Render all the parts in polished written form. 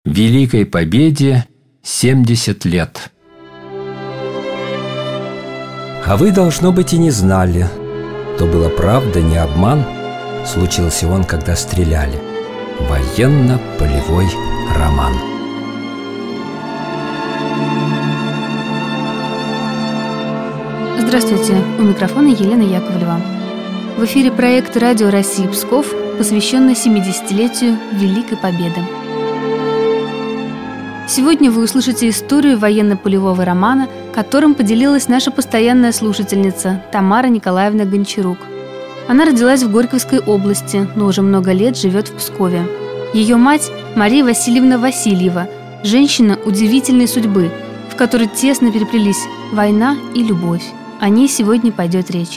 Великой Победе 70 лет. А вы, должно быть, и не знали, то была правда, не обман. Случился он, когда стреляли. Военно-полевой роман. Здравствуйте, у микрофона Елена Яковлева. В эфире проект «Радио России Псков», посвященный 70-летию Великой Победы. Сегодня вы услышите историю военно-полевого романа, которым поделилась наша постоянная слушательница Тамара Николаевна Гончарук. Она родилась в Горьковской области, но уже много лет живет в Пскове. Ее мать Мария Васильевна Васильева, женщина удивительной судьбы, в которой тесно переплелись война и любовь. О ней сегодня пойдет речь.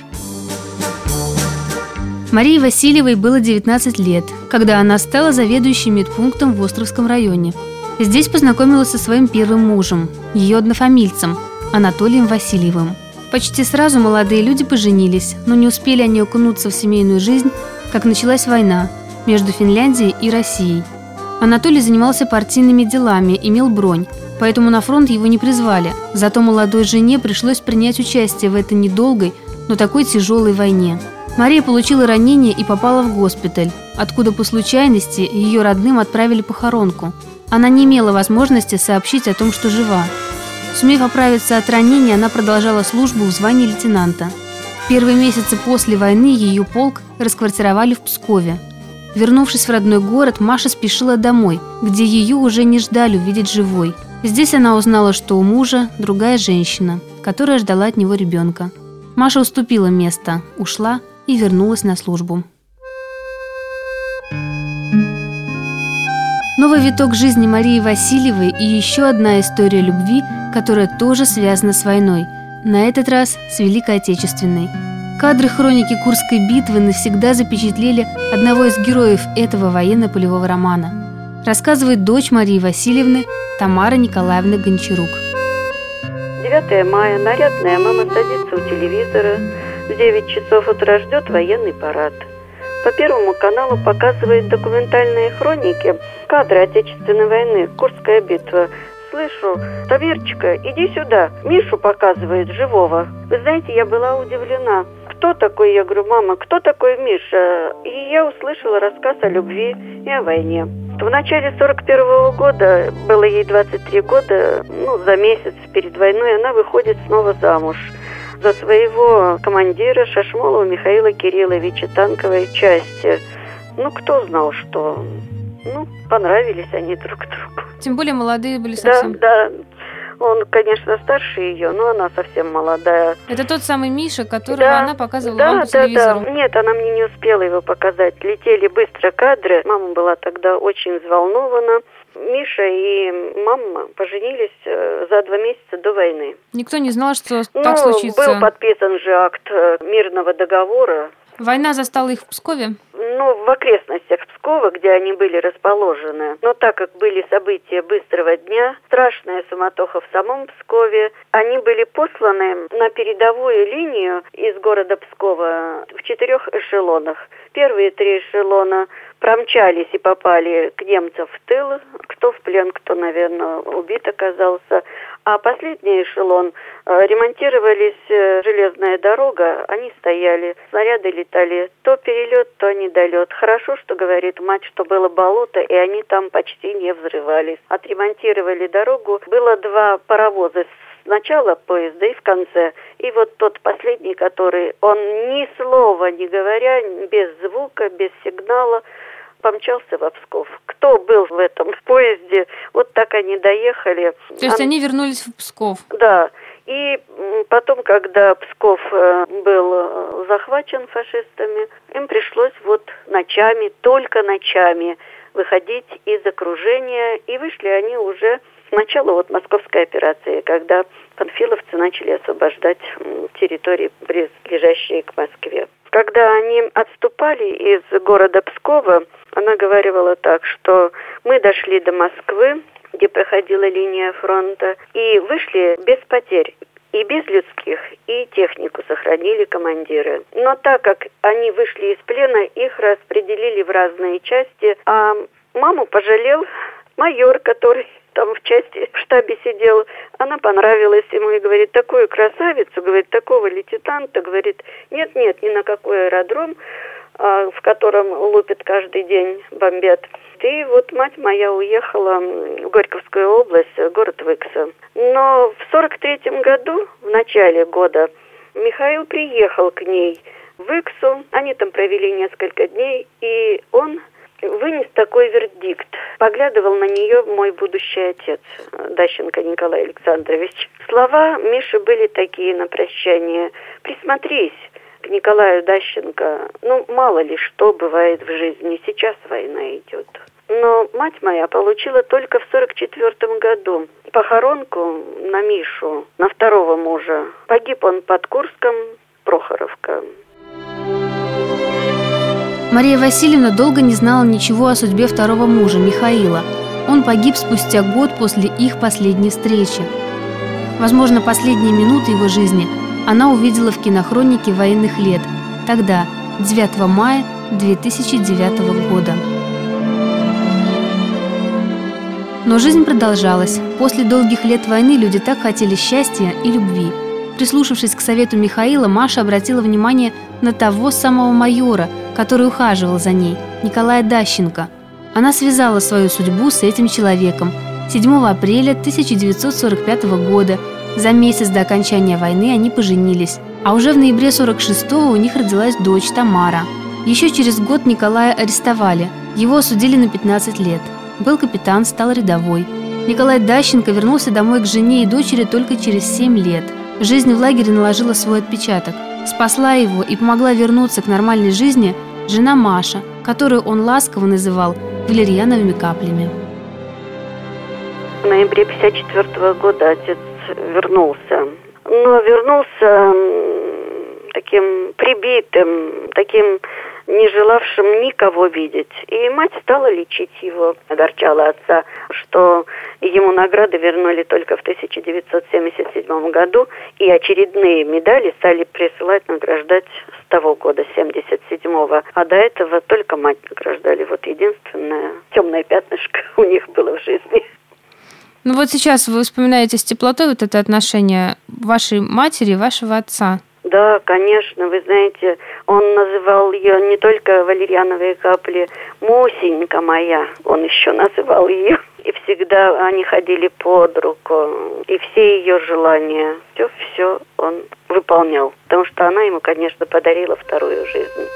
Марии Васильевой было 19 лет, когда она стала заведующей медпунктом в Островском районе. Здесь познакомилась со своим первым мужем, ее однофамильцем, Анатолием Васильевым. Почти сразу молодые люди поженились, но не успели они окунуться в семейную жизнь, как началась война между Финляндией и Россией. Анатолий занимался партийными делами, имел бронь, поэтому на фронт его не призвали. Зато молодой жене пришлось принять участие в этой недолгой, но такой тяжелой войне. Мария получила ранение и попала в госпиталь, откуда по случайности ее родным отправили похоронку. Она не имела возможности сообщить о том, что жива. Сумев оправиться от ранения, она продолжала службу в звании лейтенанта. В первые месяцы после войны ее полк расквартировали в Пскове. Вернувшись в родной город, Маша спешила домой, где ее уже не ждали увидеть живой. Здесь она узнала, что у мужа другая женщина, которая ждала от него ребенка. Маша уступила место, ушла и вернулась на службу. Новый виток жизни Марии Васильевой и еще одна история любви, которая тоже связана с войной, на этот раз с Великой Отечественной. Кадры хроники Курской битвы навсегда запечатлели одного из героев этого военно-полевого романа. Рассказывает дочь Марии Васильевны Тамара Николаевна Гончарук. 9 мая. Нарядная мама садится у телевизора. В 9 часов утра ждет военный парад. По Первому каналу показывает документальные хроники, кадры Отечественной войны, Курская битва. Слышу: «Таверчика, иди сюда». Мишу показывает живого. Вы знаете, я была удивлена. Кто такой? Я говорю: мама, кто такой Миша? И я услышала рассказ о любви и о войне. В начале 41 года, было ей 23 года, за месяц перед войной она выходит снова замуж за своего командира Шашмолова Михаила Кирилловича танковой части. Кто знал, что... понравились они друг другу. Тем более молодые были совсем. Да. Он, конечно, старше ее, но она совсем молодая. Это тот самый Миша, которого она показывала вам по телевизору? Да. Нет, она мне не успела его показать. Летели быстро кадры. Мама была тогда очень взволнована. Миша и мама поженились за 2 месяца до войны. Никто не знал, что так случится? Был подписан же акт мирного договора. Война застала их в Пскове? В окрестностях Пскова, где они были расположены. Но так как были события быстрого дня, страшная суматоха в самом Пскове, они были посланы на передовую линию из города Пскова в 4 эшелонах. Первые 3 эшелона промчались и попали к немцам в тыл. Кто в плен, кто, наверное, убит оказался. А последний эшелон ремонтировались, железная дорога, они стояли, снаряды летали, то перелет, то недолет. Хорошо, что говорит мать, что было болото, и они там почти не взрывались. Отремонтировали дорогу, было 2 паровоза. Сначала поезда и в конце. И вот тот последний, который, он ни слова не говоря, без звука, без сигнала, помчался в Псков. Кто был в этом поезде, вот так они доехали. То есть они вернулись в Псков? Да. И потом, когда Псков был захвачен фашистами, им пришлось ночами, только ночами выходить из окружения. И вышли они уже с начала московской операции, когда панфиловцы начали освобождать территории, близлежащие к Москве. Когда они отступали из города Пскова, она говорила так, что мы дошли до Москвы, где проходила линия фронта, и вышли без потерь. И без людских, и технику сохранили командиры. Но так как они вышли из плена, их распределили в разные части, а маму пожалел майор, который там в части, в штабе сидел, она понравилась ему и говорит, такую красавицу, говорит, такого лейтенанта, говорит, нет-нет, ни на какой аэродром, в котором лупят каждый день, бомбят. И вот мать моя уехала в Горьковскую область, город Выкса. Но в 43-м году, в начале года, Михаил приехал к ней в Выксу. Они там провели несколько дней, и он вынес такой вердикт. Поглядывал на нее мой будущий отец, Дащенко Николай Александрович. Слова Миши были такие на прощание. Присмотрись к Николаю Дащенко. Ну, мало ли что бывает в жизни. Сейчас война идет. Но мать моя получила только в 44-м году похоронку на Мишу, на второго мужа. Погиб он под Курском, Прохоровка. Мария Васильевна долго не знала ничего о судьбе второго мужа, Михаила. Он погиб спустя год после их последней встречи. Возможно, последние минуты его жизни она увидела в кинохронике военных лет, тогда, 9 мая 2009 года. Но жизнь продолжалась. После долгих лет войны люди так хотели счастья и любви. Прислушавшись к совету Михаила, Маша обратила внимание на того самого майора, который ухаживал за ней, Николая Дащенко. Она связала свою судьбу с этим человеком. 7 апреля 1945 года, за месяц до окончания войны, они поженились. А уже в ноябре 1946-го у них родилась дочь Тамара. Еще через год Николая арестовали. Его осудили на 15 лет. Был капитан, стал рядовой. Николай Дащенко вернулся домой к жене и дочери только через 7 лет. Жизнь в лагере наложила свой отпечаток. Спасла его и помогла вернуться к нормальной жизни жена Маша, которую он ласково называл валерьяновыми каплями. В ноябре 1954 года отец вернулся. Но вернулся таким прибитым, таким не желавшим никого видеть. И мать стала лечить его. Огорчала отца, что ему награды вернули только в 1977 году, и очередные медали стали присылать, награждать с того года, 77-го. А до этого только мать награждали. Вот единственное темное пятнышко у них было в жизни. Ну вот сейчас вы вспоминаете с теплотой вот это отношение вашей матери и вашего отца. Да, конечно, вы знаете, он называл ее не только валерьяновые капли, Мусенька моя, он еще называл ее. И всегда они ходили под руку, и все ее желания, все он выполнял. Потому что она ему, конечно, подарила вторую жизнь.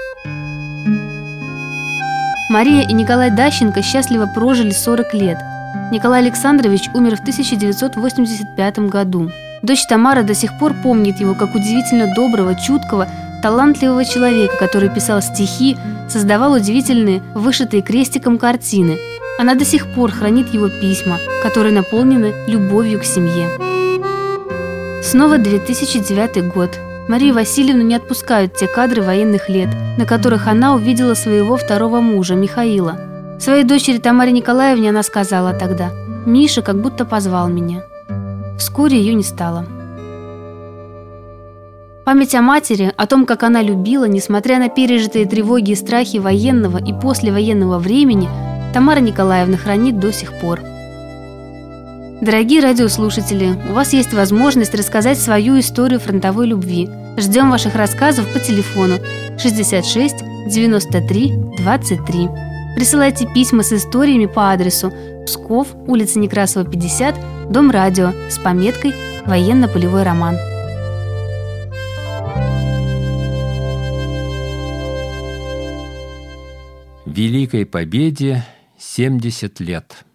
Мария и Николай Дащенко счастливо прожили 40 лет. Николай Александрович умер в 1985 году. Дочь Тамара до сих пор помнит его как удивительно доброго, чуткого, талантливого человека, который писал стихи, создавал удивительные, вышитые крестиком картины. Она до сих пор хранит его письма, которые наполнены любовью к семье. Снова 2009 год. Марию Васильевну не отпускают те кадры военных лет, на которых она увидела своего второго мужа, Михаила. Своей дочери Тамаре Николаевне она сказала тогда: «Миша как будто позвал меня». Вскоре ее не стало. Память о матери, о том, как она любила, несмотря на пережитые тревоги и страхи военного и послевоенного времени, Тамара Николаевна хранит до сих пор. Дорогие радиослушатели, у вас есть возможность рассказать свою историю фронтовой любви. Ждем ваших рассказов по телефону 66 93 23. Присылайте письма с историями по адресу Псков, улица Некрасова, 50, Дом радио, с пометкой «Военно-полевой роман». Великой Победе 70 лет.